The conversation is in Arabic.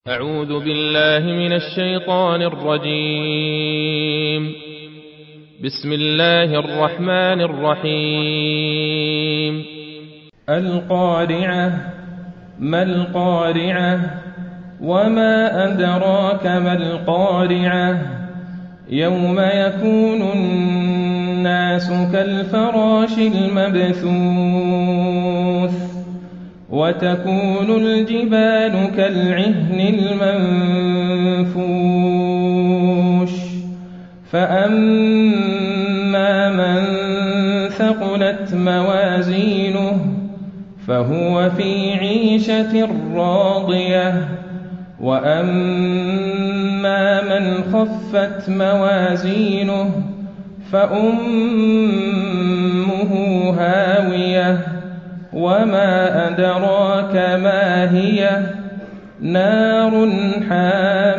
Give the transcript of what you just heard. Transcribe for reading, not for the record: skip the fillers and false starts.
أعوذ بالله من الشيطان الرجيم. بسم الله الرحمن الرحيم. القارعة. ما القارعة؟ وما أدراك ما القارعة؟ يوم يكون الناس كالفراش المبثوث وتكون الجبال كالعهن المنفوش فأما من ثقلت موازينه فهو في عيشة راضية وأما من خفت موازينه فأمه هاوية وما أدراك ما هي نار حامية